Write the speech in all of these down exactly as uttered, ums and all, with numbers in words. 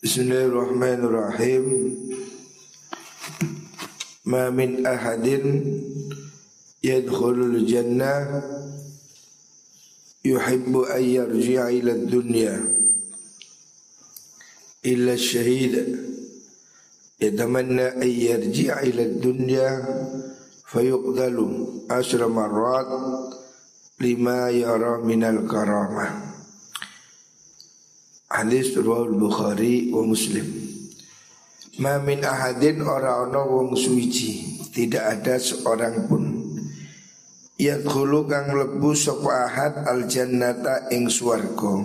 Bismillahirrahmanirrahim. Ma min ahadin yadkhulul jannah yuhibbu an yarji'a ila dunya illa syahid yatamanna an yarji'a ila dunya fayuqdalu ashra marrat lima yara minal karamah. Hadis riwayat Bukhari wa Muslim. Ma min ahadin ora ana wong suci, tidak ada seorang pun yadkhulu kang mlebu sapa ahad al jannata ing swarga.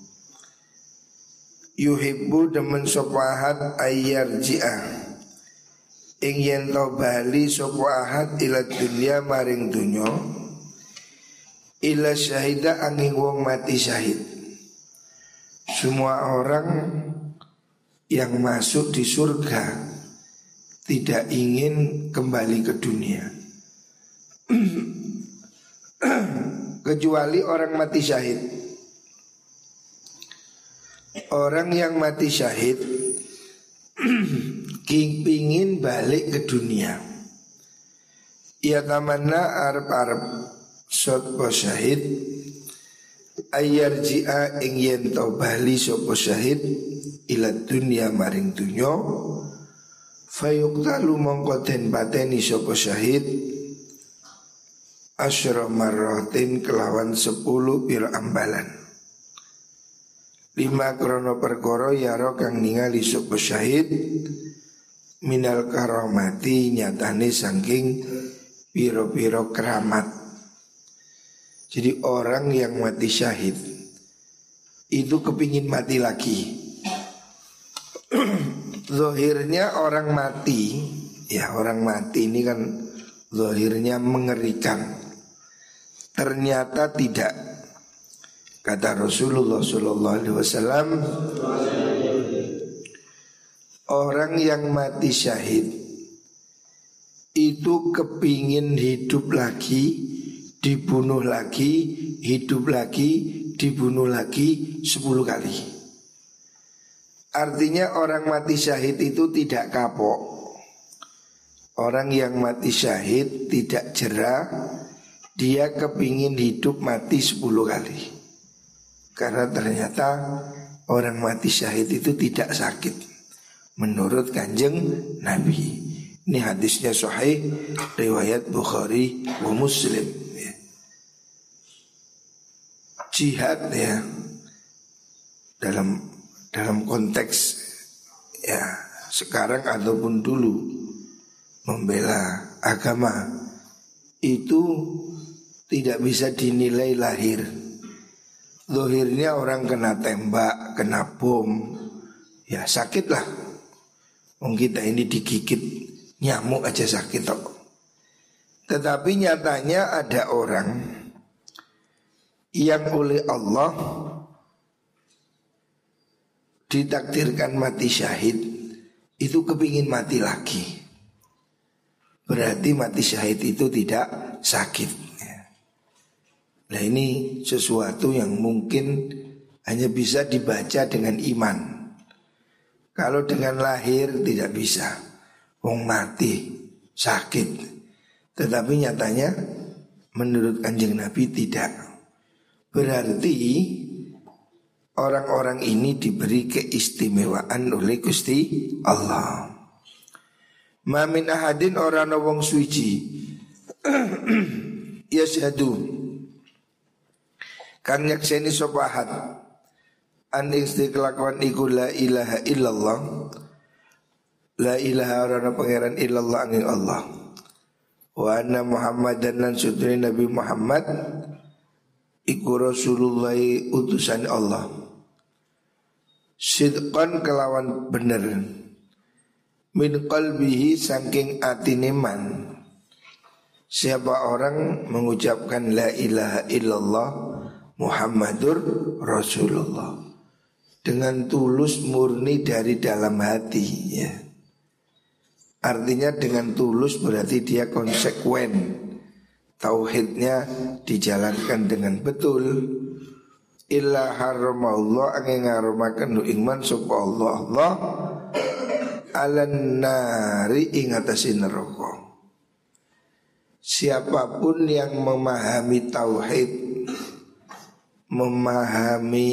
Yuhibbu demen sapa ahad ayyarji'a ing yen to bali sapa ahad ila dunya maring dunya ila syahida angin wong mati syahid. Semua orang yang masuk di surga tidak ingin kembali ke dunia kecuali orang mati syahid. Orang yang mati syahid pingin balik ke dunia. Ia tamanna arep-arep sapa syahid ayarji'a ing yen to bali sapa syahid ila dunya maring dunya fayuqtalu mongko den pateni sapa syahid asyra marratin kelawan sepuluh pira ambalan. Lima krono perkara yaro kang ningali sapa syahid minal karamati nyatane saking pira-pira keramat. Jadi orang yang mati syahid itu kepingin mati lagi. Zahirnya orang mati, ya orang mati ini kan zahirnya mengerikan. Ternyata tidak. Kata Rasulullah Sallallahu Alaihi Wasallam, orang yang mati syahid itu kepingin hidup lagi, dibunuh lagi, hidup lagi, dibunuh lagi sepuluh kali. Artinya orang mati syahid itu tidak kapok. Orang yang mati syahid tidak jerah, dia kepingin hidup mati sepuluh kali. Karena ternyata orang mati syahid itu tidak sakit menurut Kanjeng Nabi. Ini hadisnya sahih riwayat Bukhari wa Muslim. Jihad ya dalam dalam konteks ya sekarang ataupun dulu membela agama itu tidak bisa dinilai lahir. Zahirnya orang kena tembak, kena bom, ya sakit lah. Wong kita ini digigit nyamuk aja sakit kok. Tetapi nyatanya ada orang yang oleh Allah ditakdirkan mati syahid itu kepingin mati lagi. Berarti mati syahid itu tidak sakit. Nah ini sesuatu yang mungkin hanya bisa dibaca dengan iman. Kalau dengan lahir tidak bisa. Wong mati sakit. Tetapi nyatanya menurut Kanjeng Nabi tidak. Berarti orang-orang ini diberi keistimewaan oleh Gusti Allah. Ma min ahadin orana wong suci yashhadu kang nyakseni sapa ahad an istiqlakan iku la ilaha illallah. La ilaha orana pangeran illallah angin Allah. Wa anna Muhammadan lan sudri Nabi Muhammad iku Rasulullah utusan Allah. Sidqan kelawan bener min qalbihi saking atine man. Siapa orang mengucapkan la ilaha illallah Muhammadur Rasulullah dengan tulus murni dari dalam hati ya. Artinya dengan tulus berarti dia konsekuen. Tauhidnya dijalankan dengan betul, illa haramallah angin ngarumaken iman sapa Allah Allah alan nari ing atase neraka. Siapapun yang memahami tauhid, memahami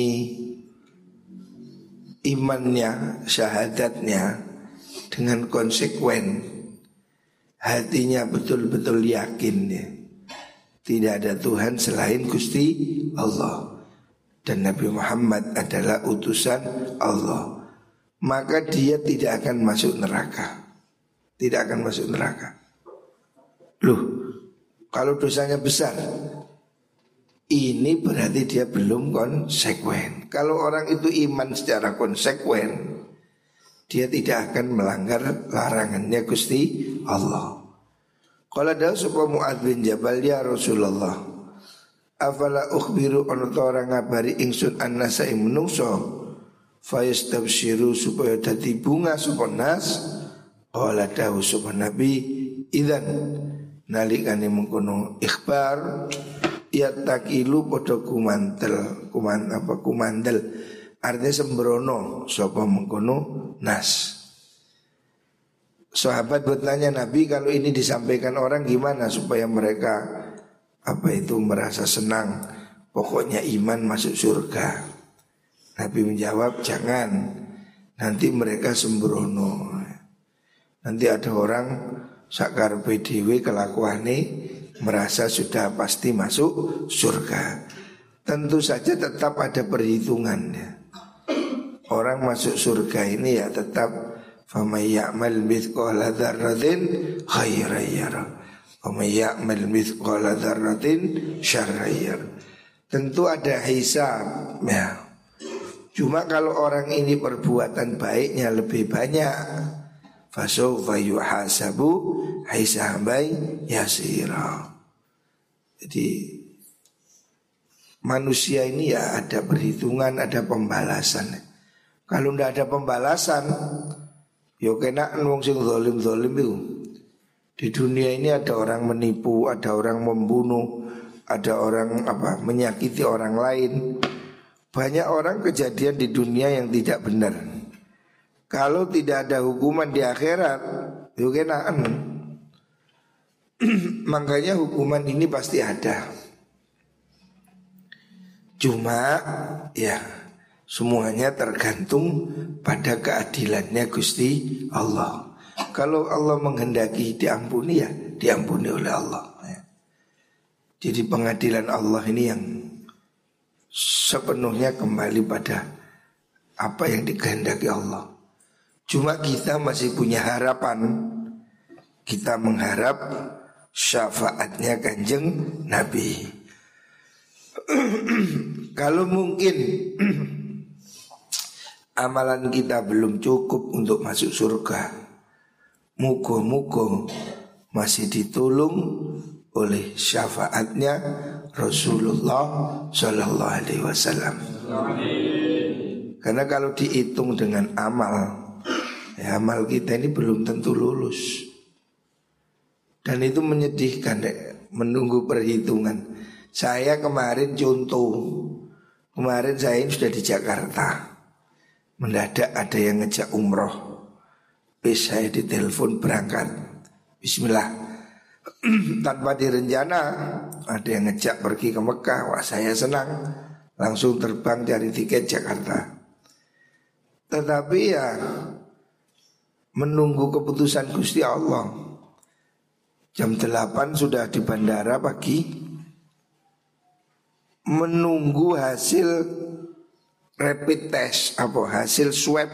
imannya, syahadatnya dengan konsekuen, hatinya betul-betul yakin ya, tidak ada Tuhan selain Gusti Allah dan Nabi Muhammad adalah utusan Allah, maka dia tidak akan masuk neraka. Tidak akan masuk neraka. Loh, kalau dosanya besar, ini berarti dia belum konsekuen. Kalau orang itu iman secara konsekuen, dia tidak akan melanggar larangannya Gusti Allah. Qala dawu sapa Mu'adz bin Jabal ya Rasulullah, afala ukhbiru ana orang ngabari ingsun annasa ing menungso fayastabshiru supaya dadi bunga sapa nas. Qala dawu sapa Nabi idzan nalikane mengkono ikhbar ya takilu padha kumantel kuman apa kumandel artinya sembrono sapa mengkono nas. Sahabat bertanya Nabi, kalau ini disampaikan orang gimana supaya mereka apa itu merasa senang, pokoknya iman masuk surga. Nabi menjawab, jangan, nanti mereka sembrono. Nanti ada orang sakar P D W kelakuane merasa sudah pasti masuk surga. Tentu saja tetap ada perhitungannya. Orang masuk surga ini ya tetap faman ya'mal mithqala dzarratin khairan yarah wa may ya'mal mithqala dzarratin syarran yarah. Tentu ada hisab ya. Cuma kalau orang ini perbuatan baiknya lebih banyak, fasawfa yuhasabu hisaban yasira. Jadi manusia ini ya ada perhitungan, ada pembalasan. Kalau tidak ada pembalasan, yo kena wong sing zalim-zalim itu. Di dunia ini ada orang menipu, ada orang membunuh, ada orang apa menyakiti orang lain. Banyak orang kejadian di dunia yang tidak benar. Kalau tidak ada hukuman di akhirat, yo kena anu. Makanya hukuman ini pasti ada. Cuma ya semuanya tergantung pada keadilannya Gusti Allah. Kalau Allah menghendaki diampuni ya diampuni oleh Allah ya. Jadi pengadilan Allah ini yang sepenuhnya kembali pada apa yang dikehendaki Allah. Cuma kita masih punya harapan. Kita mengharap syafaatnya Kanjeng Nabi. Kalau mungkin amalan kita belum cukup untuk masuk surga, mugo-mugo masih ditolong oleh syafaatnya Rasulullah Sallallahu Alaihi Wasallam. Karena kalau dihitung dengan amal, ya amal kita ini belum tentu lulus. Dan itu menyedihkan deh, menunggu perhitungan. Saya kemarin contoh, kemarin saya sudah di Jakarta. Mendadak ada yang ngejak umroh. Bis saya ditelepon berangkat. Bismillah. Tanpa direncana ada yang ngejak pergi ke Mekah. Wah saya senang. Langsung terbang cari tiket Jakarta. Tetapi ya menunggu keputusan Gusti Allah. Jam delapan sudah di bandara pagi. Menunggu hasil rapid test, apa hasil swab.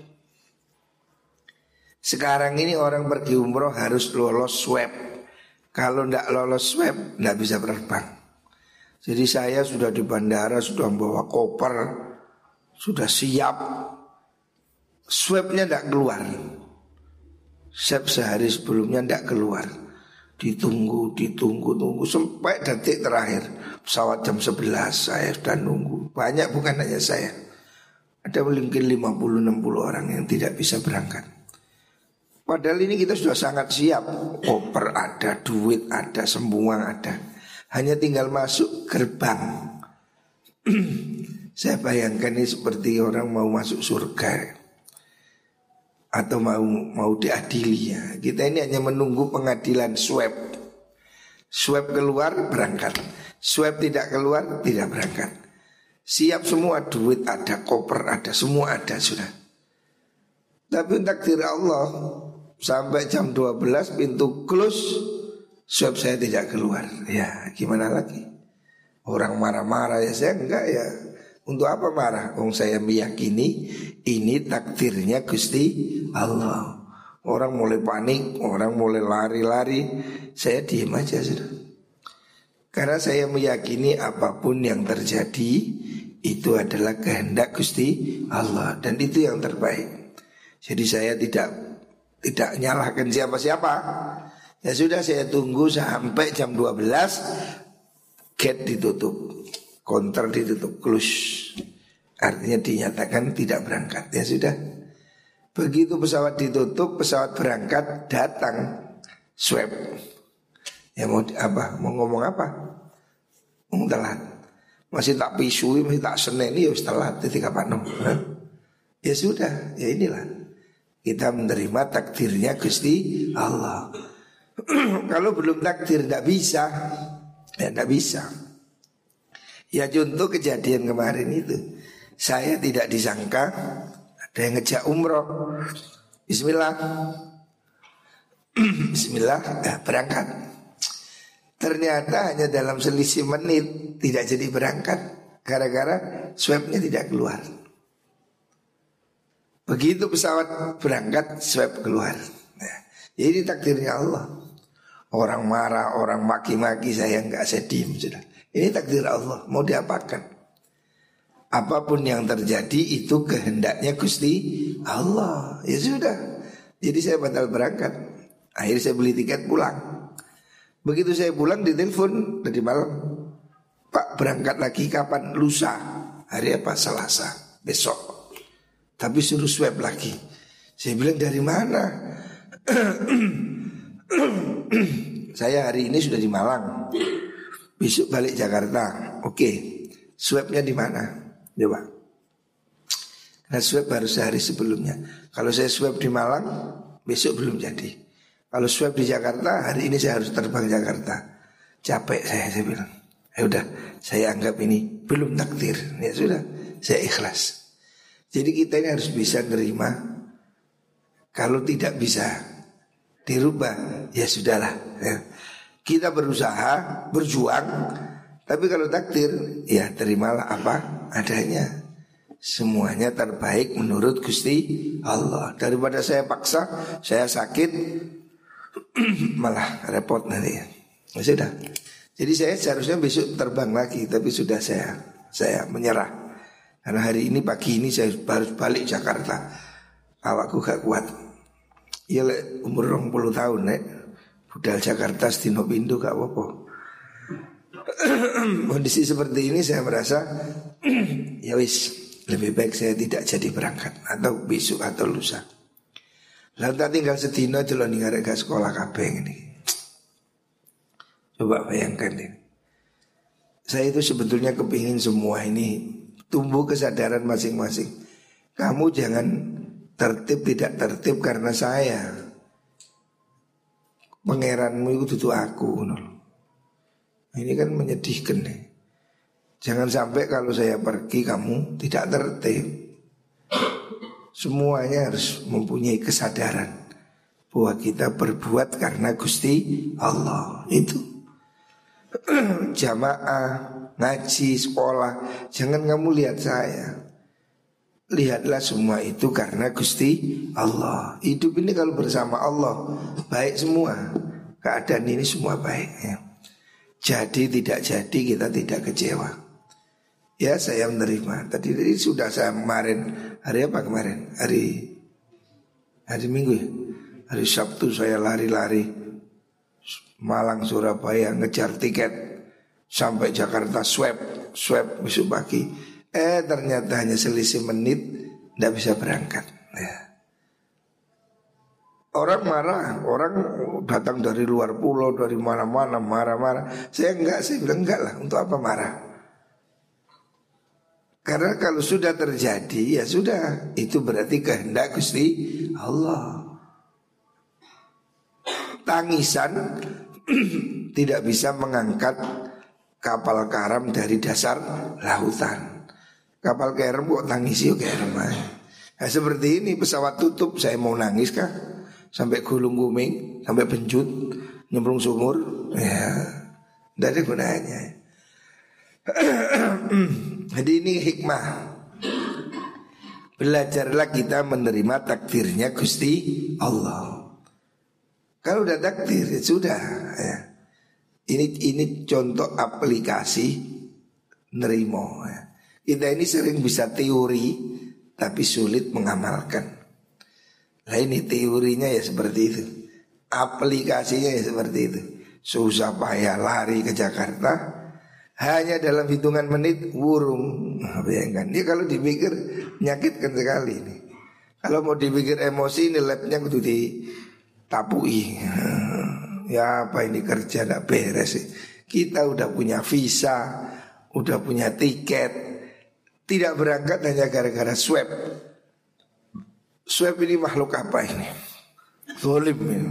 Sekarang ini orang pergi umroh harus lolos swab. Kalau tidak lolos swab tidak bisa terbang. Jadi saya sudah di bandara, sudah bawa koper, sudah siap. Swabnya tidak keluar. Swab sehari sebelumnya tidak keluar. Ditunggu, ditunggu, tunggu sampai detik terakhir. Pesawat jam sebelas saya sudah nunggu. Banyak bukan hanya saya. Ada mungkin lima puluh enam puluh orang yang tidak bisa berangkat. Padahal ini kita sudah sangat siap. Koper ada, duit ada, sembuang ada. Hanya tinggal masuk gerbang. Saya bayangkan ini seperti orang mau masuk surga atau mau mau diadili ya. Kita ini hanya menunggu pengadilan swab. Swab keluar berangkat, swab tidak keluar tidak berangkat. Siap semua, duit ada, koper ada, semua ada sudah. Tapi takdir Allah, sampai jam dua belas pintu close, swab saya tidak keluar. Ya gimana lagi? Orang marah-marah ya, saya enggak ya. Untuk apa marah? Wong saya meyakini ini takdirnya Gusti Allah. Orang mulai panik, orang mulai lari-lari, saya diam aja sudah. Karena saya meyakini apapun yang terjadi itu adalah kehendak Gusti Allah dan itu yang terbaik. Jadi saya tidak tidak nyalahkan siapa-siapa. Ya sudah, saya tunggu sampai jam dua belas, gate ditutup, counter ditutup, close. Artinya dinyatakan tidak berangkat. Ya sudah. Begitu pesawat ditutup, pesawat berangkat, datang swab. Ya mau apa? Mau ngomong apa? Mau telat. Masih tak pisui, masih tak seneni, ya telat ketika panom. Ya sudah, ya inilah. Kita menerima takdirnya Gusti Allah. Kalau belum takdir tidak bisa. Ya tidak bisa. Ya contoh kejadian kemarin itu, saya tidak disangka ada yang ngejak umroh. Bismillah. Bismillah, ya, berangkat. Ternyata hanya dalam selisih menit tidak jadi berangkat gara-gara swabnya tidak keluar. Begitu pesawat berangkat, swab keluar. Nah, ini takdirnya Allah. Orang marah, orang maki-maki, saya nggak sedih sudah. Ini takdir Allah, mau diapakan? Apapun yang terjadi itu kehendaknya Gusti Allah. Ya sudah. Jadi saya batal berangkat. Akhirnya saya beli tiket pulang. Begitu saya pulang ditelepon tadi malam, Pak berangkat lagi kapan? Lusa. Hari apa? Selasa. Besok. Tapi suruh swab lagi. Saya bilang dari mana? Saya hari ini sudah di Malang. Besok balik Jakarta. Oke. Swabnya di mana? Coba. Nah swab baru sehari sebelumnya. Kalau saya swab di Malang, besok belum jadi. Kalau swab di Jakarta, hari ini saya harus terbang Jakarta. Capek saya, saya bilang. Ya udah, saya anggap ini belum takdir. Ya sudah, saya ikhlas. Jadi kita ini harus bisa nerima. Kalau tidak bisa dirubah, ya sudahlah ya. Kita berusaha, berjuang. Tapi kalau takdir, ya terimalah apa adanya. Semuanya terbaik menurut Gusti Allah. Daripada saya paksa, saya sakit, malah repot nanti ya. Ya sudah. Jadi saya seharusnya besok terbang lagi, tapi sudah saya saya menyerah. Karena hari ini pagi ini saya harus balik Jakarta. Awakku gak kuat. Ya umur dua puluh tahun nek budal Jakarta sedino pindu gak apa-apa. Kondisi seperti ini saya merasa ya wis, lebih baik saya tidak jadi berangkat atau besok atau lusa. Lalu tak tinggal sedino dulu nih gak sekolah kabeh ini. Coba bayangkan ini. Saya itu sebetulnya kepingin semua ini tumbuh kesadaran masing-masing. Kamu jangan tertib tidak tertib karena saya. Pangeranmu itu tuh aku. Ini kan menyedihkan nih. Jangan sampai kalau saya pergi kamu tidak tertib. Semuanya harus mempunyai kesadaran bahwa kita berbuat karena Gusti Allah. Itu jamaah, ngaji, sekolah, jangan kamu lihat saya. Lihatlah semua itu karena Gusti Allah. Hidup ini kalau bersama Allah baik semua. Keadaan ini semua baik ya. Jadi tidak jadi kita tidak kecewa. Ya saya menerima. Tadi, tadi sudah saya kemarin. Hari apa kemarin? Hari Hari Minggu ya. Hari Sabtu saya lari-lari Malang Surabaya ngejar tiket sampai Jakarta swab swab besok pagi. Eh ternyata hanya selisih menit tidak bisa berangkat ya. Orang marah, orang datang dari luar pulau, dari mana-mana marah-marah. Saya enggak, saya bilang enggak lah, untuk apa marah? Karena kalau sudah terjadi ya sudah, itu berarti kehendak Gusti Allah. Tangisan tidak bisa mengangkat kapal karam dari dasar lautan. Kapal karam kok tangisi yuk karam. Nah seperti ini pesawat tutup, saya mau nangis kah? Sampai gulung guming, sampai penjut, nyemplung sumur, ya tidak ada gunanya. Jadi ini hikmah. Belajarlah kita menerima takdirnya Gusti Allah. Kalau udah takdir ya sudah ya. Ini ini contoh aplikasi nerimo ya. Kita ini sering bisa teori tapi sulit mengamalkan. Nah ini teorinya ya seperti itu, aplikasinya ya seperti itu. Susah payah lari ke Jakarta, hanya dalam hitungan menit wurung. Nah, bayangkan, ini kalau dipikir menyakitkan sekali ini. Kalau mau dipikir emosi, ini labnya kudu ditapui. Ya apa ini kerja gak beres sih. Kita udah punya visa, udah punya tiket, tidak berangkat hanya gara-gara swab. Swab ini makhluk apa ini? Zolim ini.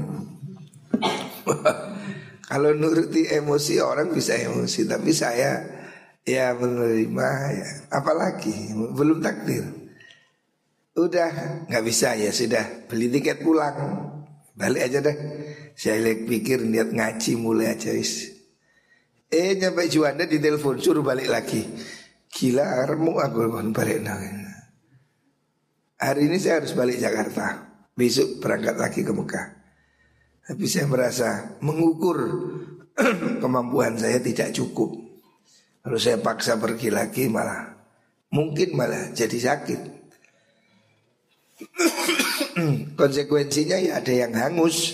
Kalau nuruti emosi orang bisa emosi, tapi saya ya menerima ya. Apalagi belum takdir. Udah nggak bisa ya sudah, beli tiket pulang, balik aja deh. Saya lihat pikir niat ngaji mulai aja is. Eh nyampe Juanda di telepon suruh balik lagi. Gila remuk aku kon balik nang. Hari ini saya harus balik Jakarta, besok berangkat lagi ke Mekah. Tapi saya merasa mengukur kemampuan saya tidak cukup. Kalau saya paksa pergi lagi malah mungkin malah jadi sakit. Konsekuensinya ya ada yang hangus.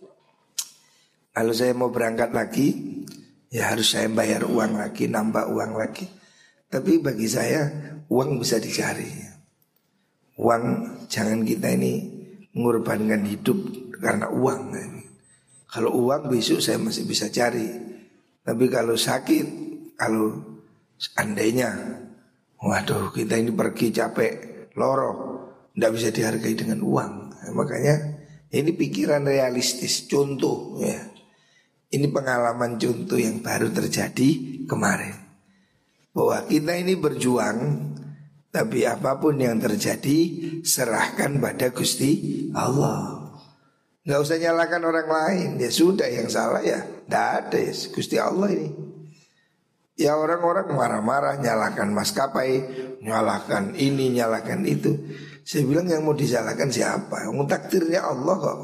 Kalau saya mau berangkat lagi, ya harus saya bayar uang lagi, nambah uang lagi. Tapi bagi saya uang bisa dicari. Uang jangan kita ini mengorbankan hidup karena uang. Kalau uang besok saya masih bisa cari. Tapi kalau sakit, kalau seandainya, waduh kita ini pergi capek, loro, tidak bisa dihargai dengan uang. Nah, makanya ini pikiran realistis, contoh ya. Ini pengalaman contoh yang baru terjadi kemarin. Bahwa kita ini berjuang, tapi apapun yang terjadi serahkan pada Gusti Allah. Gak usah nyalakan orang lain. Ya sudah yang salah ya tidak ada ya, Gusti Allah ini. Ya orang-orang marah-marah, nyalakan maskapai, nyalakan ini, nyalakan itu. Saya bilang yang mau disalahkan siapa? Yang takdirnya Allah kok.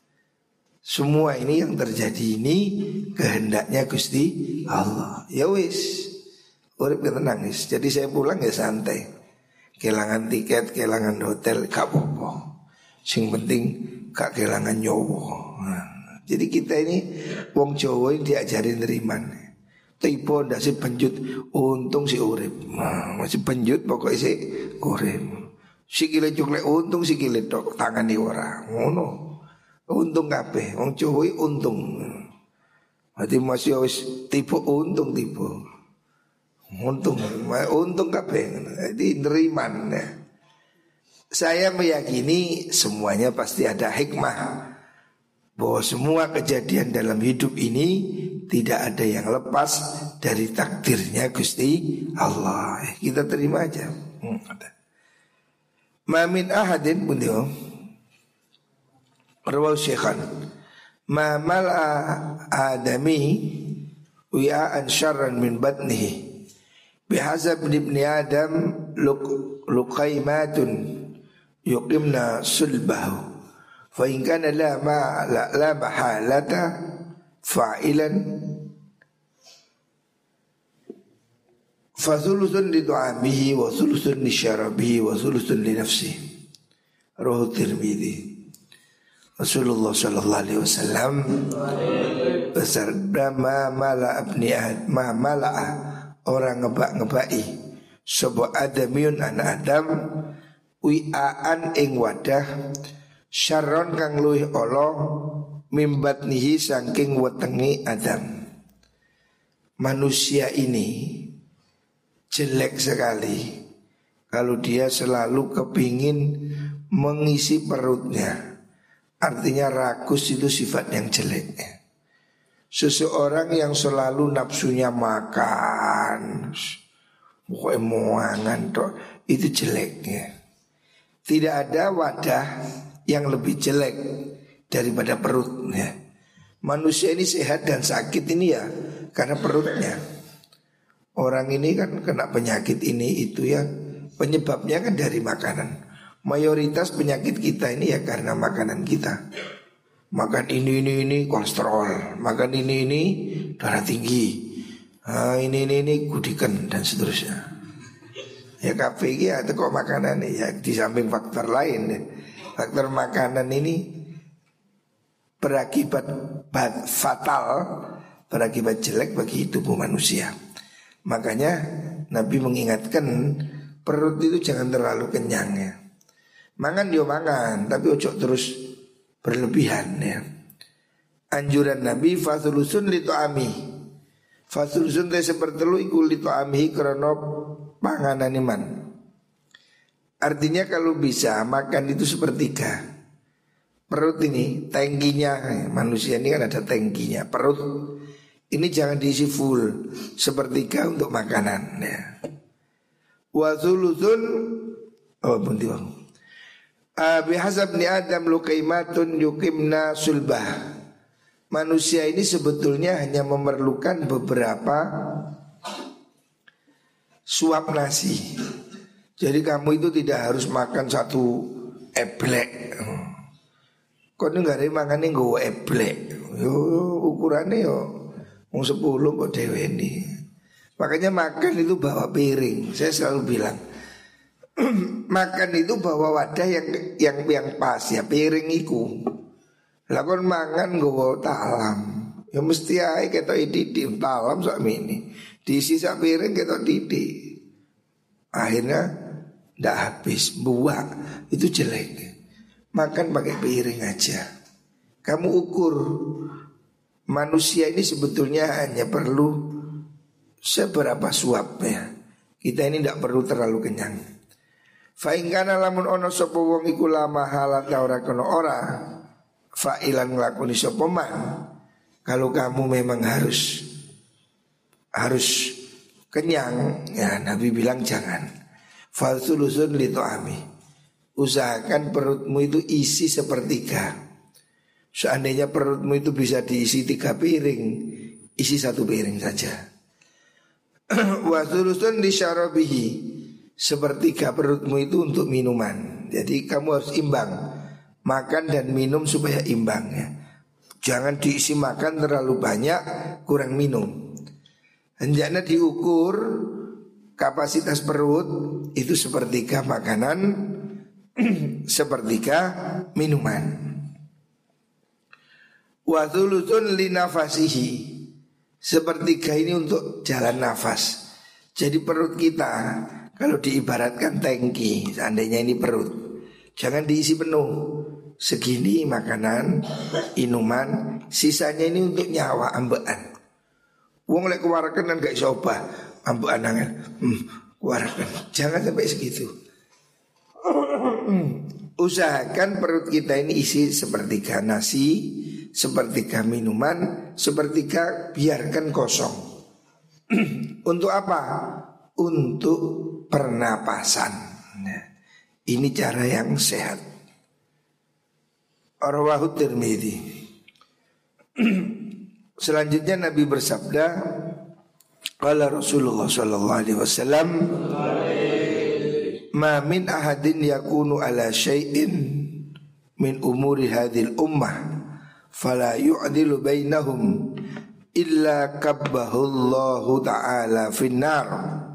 Semua ini yang terjadi ini kehendaknya Gusti Allah. Ya wis, urip tenang wis. Jadi saya pulang ya santai. Kehilangan tiket, kehilangan hotel, gak apa-apa. Sing penting gak kehilangan nyawa. Nah, jadi kita ini wong Jawa ini diajarin neriman. Tiba ndak si penjut, untung si urip. Nah, masih penjut pokoknya si urip. Sikile cuklek untung, sikile tok tangani ora. Ngono. Untung kabeh, wong Jawa iki untung. Berarti masih wis tipe untung tipe. Untung, untung kabeh. Jadi neriman ya. Saya meyakini semuanya pasti ada hikmah. Bahwa semua kejadian dalam hidup ini tidak ada yang lepas dari takdirnya Gusti Allah. Kita terima aja. Hmm, ada. Ma min ahadin pun dia. Rawahu Syekhan. Ma mal'a adami wi'an syarran min batnihi. Bihazab ibni Adam luk, luqaymatun yuqimna sulbahu. Fa in kana la ma la, la mahalata fa'ilan fa thuluthun li du'amihi wa thuluthun li syarabihi wa thuluthun li nafsihi. Rawahu Tirmidzi. Rasulullah sallallahu alaihi wasallam bersabda ma mala abni ahad ma mala'a orang ngebak-ngebai sebuah adamiun anak Adam wi'aan ing wadah syarron kang luwih ala mimbat nihi saking wetengi Adam. Manusia ini jelek sekali kalau dia selalu kepingin mengisi perutnya. Artinya rakus itu sifat yang jelek. Seseorang yang selalu nafsunya makan, pokoknya muangan toh, itu jeleknya. Tidak ada wadah yang lebih jelek daripada perutnya. Manusia ini sehat dan sakit ini ya karena perutnya. Orang ini kan kena penyakit ini itu ya, penyebabnya kan dari makanan. Mayoritas penyakit kita ini ya karena makanan kita. Makan ini ini ini kolesterol, makan ini ini darah tinggi, ah, ini ini ini gudikan dan seterusnya. Ya K P G atau kok makanan ya di samping faktor lain ya. Faktor makanan ini berakibat fatal, berakibat jelek bagi tubuh manusia. Makanya Nabi mengingatkan perut itu jangan terlalu kenyang ya. Mangan yo mangan, tapi ojo terus berlebihan ya. Anjuran Nabi fasulusun li tu'ami. Fasulusun te sepertelu iku li tu'ami krana panganan iman. Artinya kalau bisa makan itu sepertiga. Perut ini tangkinya, manusia ini kan ada tangkinya. Perut ini jangan diisi full, sepertiga untuk makanan ya. Wa thuluthun oh bunti bang. Bihasab ni Adam lukaimatun yukimna sulbah. Manusia ini sebetulnya hanya memerlukan beberapa suap nasi. Jadi kamu itu tidak harus makan satu eblek. Kau ini gak ada makan ini gue eblek. Yo ukurannya yo mau sepuluh kok dewe ini. Makanya makan itu bawa piring. Saya selalu bilang makan itu bawa wadah yang yang yang pas ya, piring iku. Lah kon mangan nggowo talam. Ya mesti ae ketok didik talam sak mini. Diisi sak piring ketok didik. Akhirnya ndak habis, buah. Itu jelek. Makan pakai piring aja. Kamu ukur. Manusia ini sebetulnya hanya perlu seberapa suapnya. Kita ini ndak perlu terlalu kenyang. Fa in kana lamun ono sapa wong iku lama halat ora kono ora fa'ilan nglakoni sapa man. Kalau kamu memang harus harus kenyang ya Nabi bilang jangan. Fal sulusun li tu'ami. Usahakan perutmu itu isi sepertiga. Seandainya perutmu itu bisa diisi tiga piring, isi satu piring saja. Wa sulusun li syarabihi. Sepertiga perutmu itu untuk minuman. Jadi kamu harus imbang, makan dan minum supaya imbang ya. Jangan diisi makan terlalu banyak, kurang minum. Hendaknya diukur kapasitas perut itu sepertiga makanan, sepertiga minuman. Wa thuluthun li nafasihi. Sepertiga ini untuk jalan nafas. Jadi perut kita kalau diibaratkan tangki, seandainya ini perut, jangan diisi penuh. Segini makanan, minuman, sisanya ini untuk nyawa ambekan. Wong lek kuwaraken kan gak iso obah, ambekan angan. Hmm, kuwaraken. Jangan sampai segitu. Usahakan perut kita ini isi sepertiga nasi, sepertiga minuman, sepertiga biarkan kosong. Untuk apa? Untuk pernapasan. Nah, ini cara yang sehat. Rawahu Tirmidzi. Selanjutnya Nabi bersabda, qala Rasulullah sallallahu alaihi wasallam, ma min ahadin yakunu ala syai'in min umuri hadhil ummah fala yu'dilu bainahum illa kabbahu Allahu ta'ala finnar.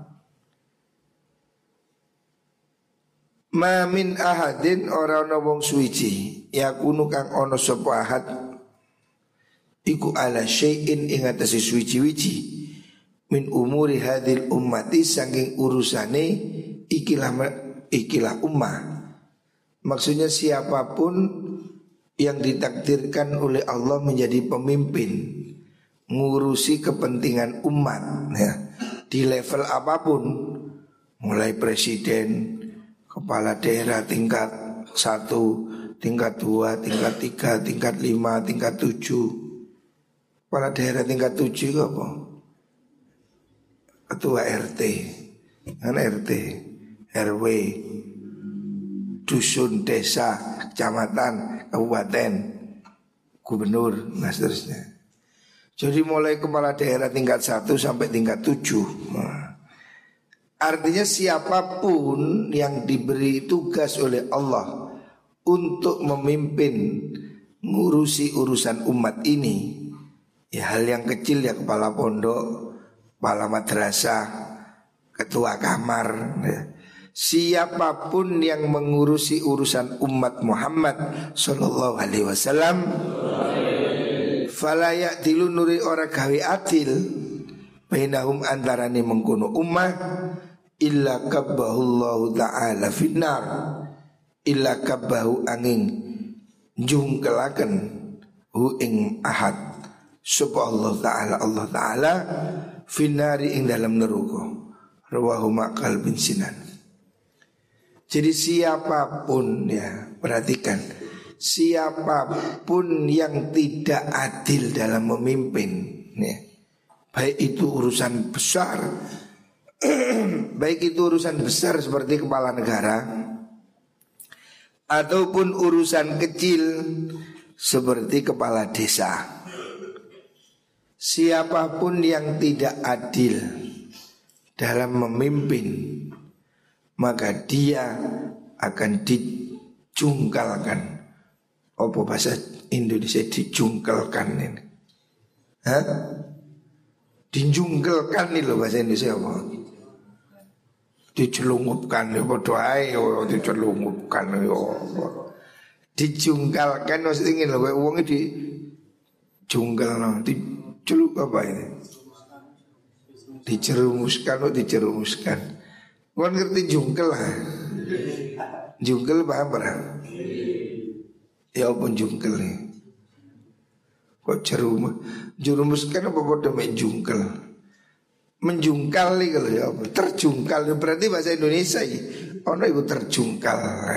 Ma min ahadin ora ana wong suwiji yakunu kang ana sapa ahad iku ala syai'in ing atase suwiji-wiji min umuri hadhil ummati saking urusane ikilah ikilah ummah. Maksudnya siapapun yang ditakdirkan oleh Allah menjadi pemimpin ngurusi kepentingan umat ya, di level apapun, mulai presiden, kepala daerah tingkat satu, tingkat dua, tingkat tiga, tingkat lima, tingkat tujuh. Kepala daerah tingkat tujuh itu apa? Ketua R T, kan R T, R W, dusun, desa, kecamatan, kabupaten, gubernur, nah seterusnya. Jadi mulai kepala daerah tingkat satu sampai tingkat tujuh. Nah, artinya siapapun yang diberi tugas oleh Allah untuk memimpin ngurusi urusan umat ini, ya hal yang kecil ya kepala pondok, kepala madrasah, ketua kamar, ya. Siapapun yang mengurusi urusan umat Muhammad sallallahu alaihi wasallam, fala ya'dilu nuri ora gawe adil bainahum antarane mengkono ummah illa kabbahullahu ta'ala finnar, illa kabbahu angin jungkelaken hu ing ahad subhanallah ta'ala Allah ta'ala finnari ing dalam neraka. Rawahu Maqal bin Sinan. Jadi siapapun ya, perhatikan, siapapun yang tidak adil dalam memimpin, ya, baik itu urusan besar, baik itu urusan besar seperti kepala negara, ataupun urusan kecil seperti kepala desa. Siapapun yang tidak adil dalam memimpin, maka dia akan dijungkalkan. Apa bahasa Indonesia dijungkalkan ini? Hah? Dijungkalkan nih loh bahasa Indonesia apa? Dicelungupkan ya padha ae yo dicelungupkan yo. Dijungkalkan maksudnya ngene lho kowe wong di jungkalno, dicelup apa ini? Dicerumuskan atau dicerumuskan. Kau ngerti jungkel lah. Jungkel paham berapa? Ya apa jungkel nih? Kok cerumus? Jerumuskan apa pada main jungkel? Menjungkal nih kalau ya apa? Terjungkal berarti bahasa Indonesia ya. Oh no ibu terjungkal.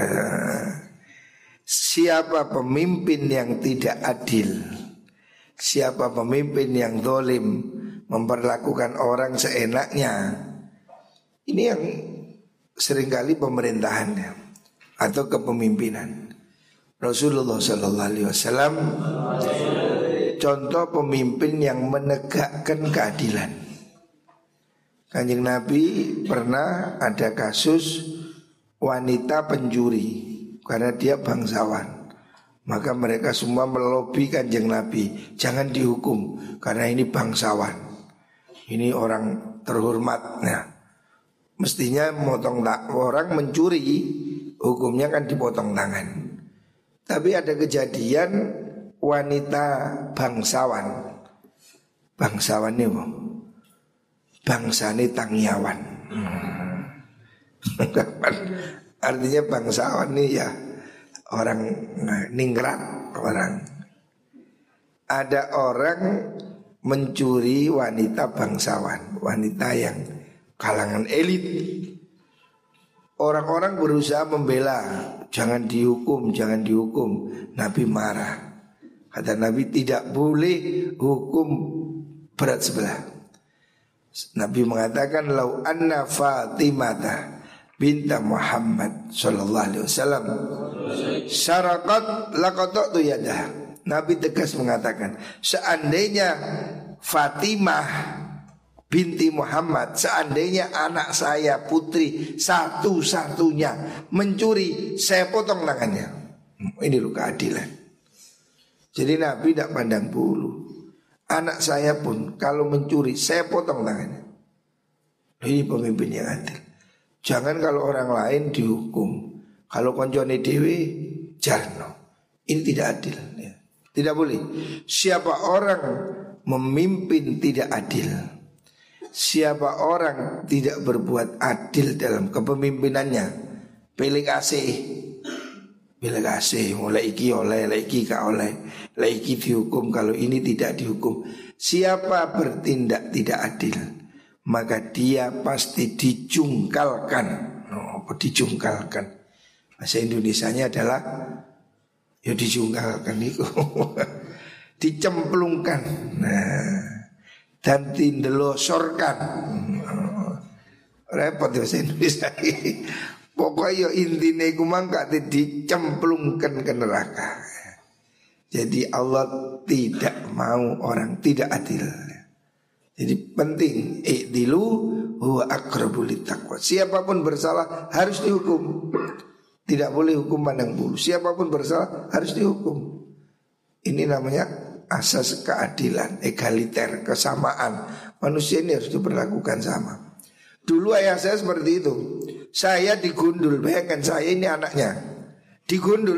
Siapa pemimpin yang tidak adil, siapa pemimpin yang zalim, memperlakukan orang seenaknya, ini yang seringkali pemerintahannya atau kepemimpinan. Rasulullah Sallallahu Alaihi Wasallam contoh pemimpin yang menegakkan keadilan. Kanjeng Nabi pernah ada kasus wanita pencuri karena dia bangsawan. Maka mereka semua melobi Kanjeng Nabi, jangan dihukum karena ini bangsawan, ini orang terhormat. Nah, mestinya motong tak orang mencuri hukumnya kan dipotong tangan. Tapi ada kejadian wanita bangsawan. Bangsawan ini apa? Bangsane Tangyawan. Hmm. Artinya bangsawan ini ya orang ningrat orang. Ada orang mencuri wanita bangsawan, wanita yang kalangan elit. Orang-orang berusaha membela, jangan dihukum, jangan dihukum. Nabi marah. Kata Nabi tidak boleh hukum berat sebelah. Nabi mengatakan lau anna Fatimah binta Muhammad sallallahu alaihi wasallam syarakat laqata'tu yadah. Nabi tegas mengatakan seandainya Fatimah binti Muhammad, seandainya anak saya putri satu-satunya mencuri, saya potong tangannya. Ini loh keadilan. Jadi Nabi tidak pandang bulu. Anak saya pun kalau mencuri saya potong tangannya. Ini pemimpin yang adil. Jangan kalau orang lain dihukum, kalau koncone dewe jarno. Ini tidak adil ya. Tidak boleh. Siapa orang memimpin tidak adil, siapa orang tidak berbuat adil dalam kepemimpinannya, pilih kasih, pilih kasih, mulai iki oleh, mulai iki gak oleh, mulai iki dihukum, kalau ini tidak dihukum. Siapa bertindak tidak adil, maka dia pasti dijungkalkan. Oh, dijungkalkan. Bahasa Indonesianya adalah ya dijungkalkan itu. Dicemplungkan. Nah, dan tindelosorkan. Repot bahasa Indonesia. Pokoknya intinya iku mangka dicemplungkan ke neraka. Jadi Allah tidak mau orang tidak adil. Jadi penting i'dilu huwa aqrabu littaqwa. Siapapun bersalah harus dihukum. Tidak boleh hukum pandang bulu. Siapapun bersalah harus dihukum. Ini namanya asas keadilan, egaliter, kesamaan. Manusia ini harus diperlakukan sama. Dulu ayah saya seperti itu. Saya digundul, bayangkan saya ini anaknya digundul.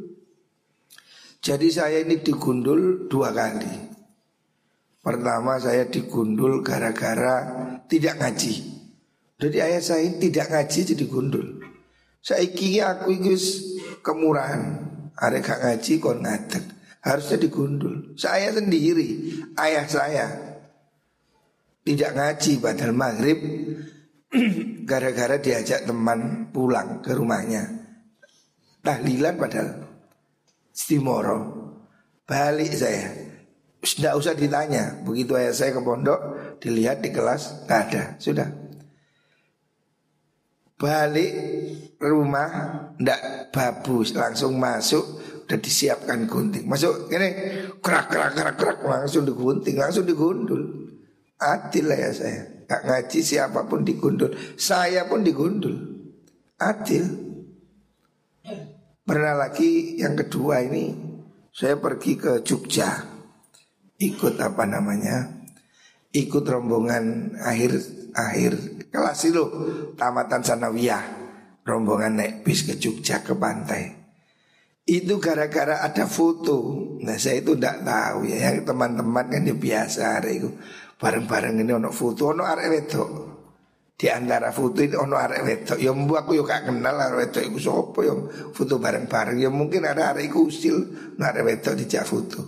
Jadi saya ini digundul dua kali. Pertama saya digundul gara-gara tidak ngaji. Jadi ayah saya ini tidak ngaji jadi gundul. Saiki aku iki kemurahan. Arek gak ngaji kon ngadeg. Harusnya digundul. Saya sendiri, ayah saya tidak ngaji padahal maghrib gara-gara diajak teman pulang ke rumahnya. Tahlilan padahal Stimoro. Balik saya, tidak usah ditanya. Begitu ayah saya ke pondok, dilihat di kelas, nggak ada, sudah. Balik rumah, ndak babus, langsung masuk, udah disiapkan gunting. Masuk, ini kerak kerak kerak kerak, langsung digunting, langsung digundul. Adil lah ya saya. Gak ngaji siapapun digundul. Saya pun digundul. Adil. Pernah lagi yang kedua ini, saya pergi ke Jogja. Ikut apa namanya, ikut rombongan akhir akhir kelas itu, tamatan sanawiyah. Rombongan naik bis ke Jogja ke pantai. Itu gara-gara ada foto. Nah saya itu tidak tahu ya. Yang teman-teman kan ya biasa hari itu. Bareng-bareng ini ono foto, ono arek wedok. Di antara foto itu ono arek wedok. Ya mbak aku ya gak kenal arek wedok itu sopo yang foto bareng-bareng. Ya mungkin ada arek iku usil, arek wedok dijak foto.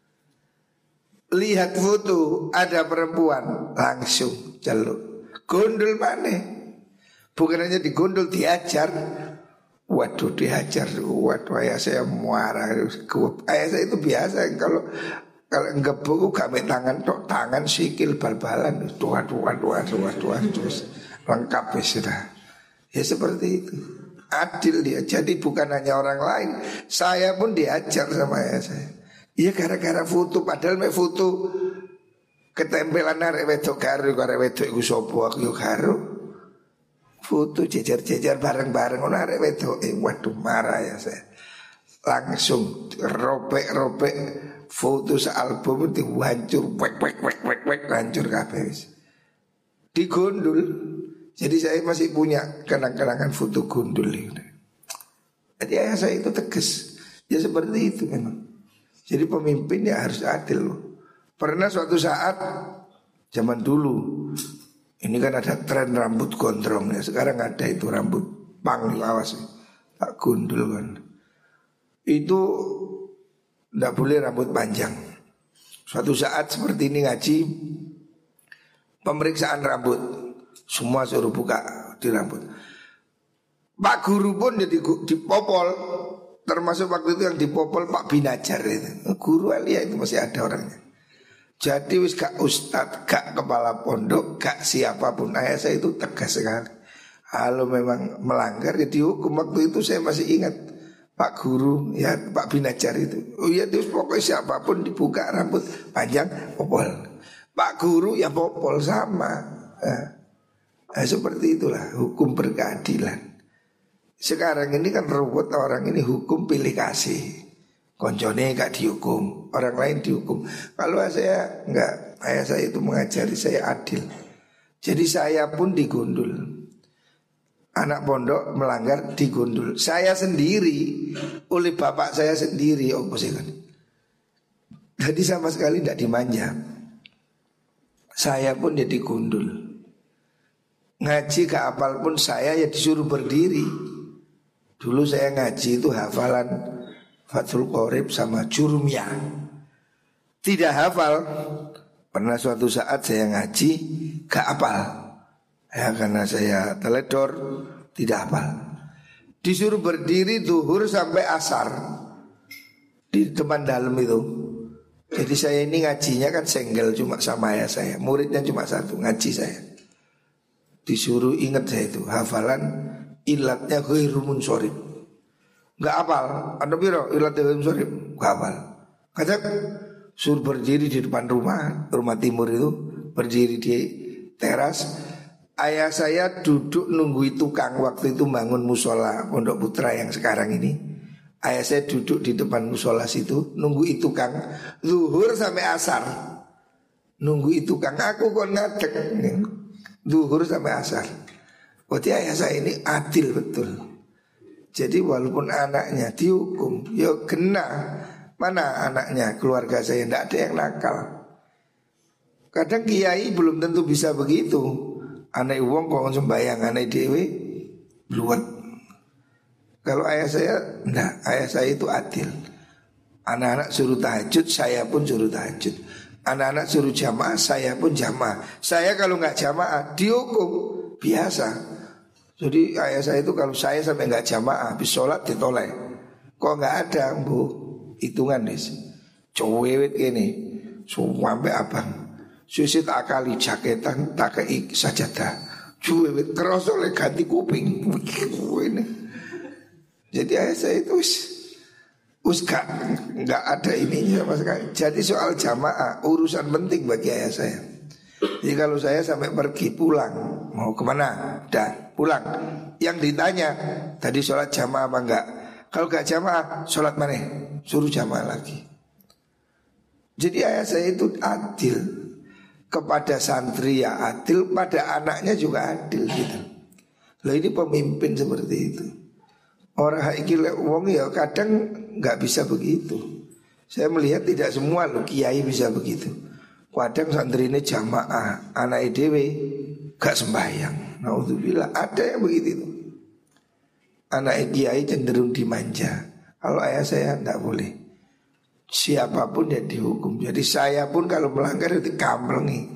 Lihat foto, ada perempuan, langsung jaluk. Gondol maneh. Bukan hanya digondol, diajar. Waduh diajar. Waduh ayah saya muara. Ayah saya itu biasa kalau kalau ngebuk kami tangan tok, tangan sikil bal-balan, dua dua dua dua dua terus lengkap ya sudah. Ya seperti itu. Adil dia. Jadi bukan hanya orang lain, saya pun diajar sama ayah saya. Iya gara-gara foto, padahal me foto ketempelan arek wedok karo arek wedok iku sapa aku yo karo. Foto jejer-jejer bareng-bareng ono arek wedok. Eh waduh marah ya saya. Langsung robek-robek foto sealbum itu hancur, wek wek wek wek wek hancur kabeh wis. Digundul. Jadi saya masih punya kenang-kenangan foto gundul ini. Jadi ayah saya itu tegas. Ya seperti itu memang. Jadi pemimpin ya harus adil loh. Pernah suatu saat zaman dulu ini kan ada tren rambut gondrong ya. Sekarang ada itu rambut pang di awas tak gundul kan. Itu tidak boleh rambut panjang. Suatu saat seperti ini ngaji, pemeriksaan rambut, semua suruh buka di rambut. Pak guru pun jadi dipopol, termasuk waktu itu yang dipopol Pak Binajar itu. Guru Alia itu masih ada orangnya. Jadi wis gak ustad, gak kepala pondok, gak siapapun. Ayah saya itu tegas sekali. Kalau memang melanggar ya dihukum. Waktu itu saya masih ingat Pak guru ya Pak Binajar itu. Oh iya terus pokoknya siapapun dibuka rambut panjang popol. Pak guru ya popol sama. Nah, nah, seperti itulah hukum berkeadilan. Sekarang ini kan ruwet orang ini hukum pilih kasih. Koncone gak dihukum, orang lain dihukum. Kalau saya enggak, ayah saya itu mengajari saya adil. Jadi saya pun digundul. Anak pondok melanggar digundul. Saya sendiri oleh bapak saya sendiri. Oh kan. Jadi sama sekali tidak dimanja. Saya pun jadi gundul. Ngaji ke apal pun saya ya disuruh berdiri. Dulu saya ngaji itu hafalan Fathul Qorib sama Jurumiyah. Tidak hafal. Pernah suatu saat saya ngaji gak hafal. Ya karena saya teledor, tidak hafal. Disuruh berdiri zuhur sampai asar di depan dalam itu. Jadi saya ini ngajinya kan single cuma sama ayah saya. Muridnya cuma satu, ngaji saya. Disuruh ingat saya itu hafalan ilatnya ghairu munsorib. Gak hafal. Ada biro ilatnya ghairu munsorib, gak hafal. Kadang suruh berdiri di depan rumah, rumah timur itu, berdiri di teras. Ayah saya duduk nunggu tukang waktu itu bangun musola Pondok Putra yang sekarang ini. Ayah saya duduk di depan musola situ nunggu tukang zuhur sampai asar. Nunggu tukang, aku kok ngadek zuhur sampai asar. Berarti ayah saya ini adil betul. Jadi walaupun anaknya dihukum, ya kena. Mana anaknya, keluarga saya tidak ada yang nakal. Kadang kiai belum tentu bisa begitu. Anak wong kok sembayang anak dewe luwet. Kalau ayah saya enggak, ayah saya itu adil. Anak-anak suruh tahajud, saya pun suruh tahajud. Anak-anak suruh jamaah, saya pun jamaah. Saya kalau enggak jamaah dihukum biasa. Jadi ayah saya itu kalau saya sampai enggak jamaah, habis sholat ditoleh. Kok enggak ada, Bu? Hitungan nih. Cowewet ini, sampai abang. Susi tak kali jaketan tak kei sajadah. Cuwewet keros oleh ganti kuping. Ini. Jadi ayah saya itu us, us gak, gak ada ininya mas. Jadi soal jamaah urusan penting bagi ayah saya. Jadi kalau saya sampai pergi pulang, mau kemana? Dah pulang. Yang ditanya tadi sholat jamaah apa enggak? Kalau gak jamaah sholat mana? Suruh jamaah lagi. Jadi ayah saya itu adil. Kepada santri ya adil, pada anaknya juga adil gitu. Lah ini pemimpin seperti itu. Orang haiki wong ya kadang nggak bisa begitu. Saya melihat tidak semua loh kiai bisa begitu. Kadang santri ini jamaah, anak dewe gak sembahyang. Naudzubillah, ada yang begitu. Anak kiai cenderung dimanja. Kalau ayah saya tidak boleh. Siapapun yang dihukum. Jadi saya pun kalau melanggar itu kamplengi.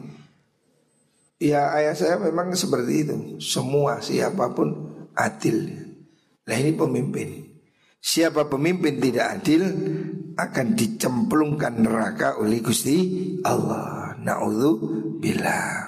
Ya ayah saya memang seperti itu. Semua siapapun adil. Nah ini pemimpin. Siapa pemimpin tidak adil akan dicemplungkan neraka oleh Gusti Allah. Na'udzubillah.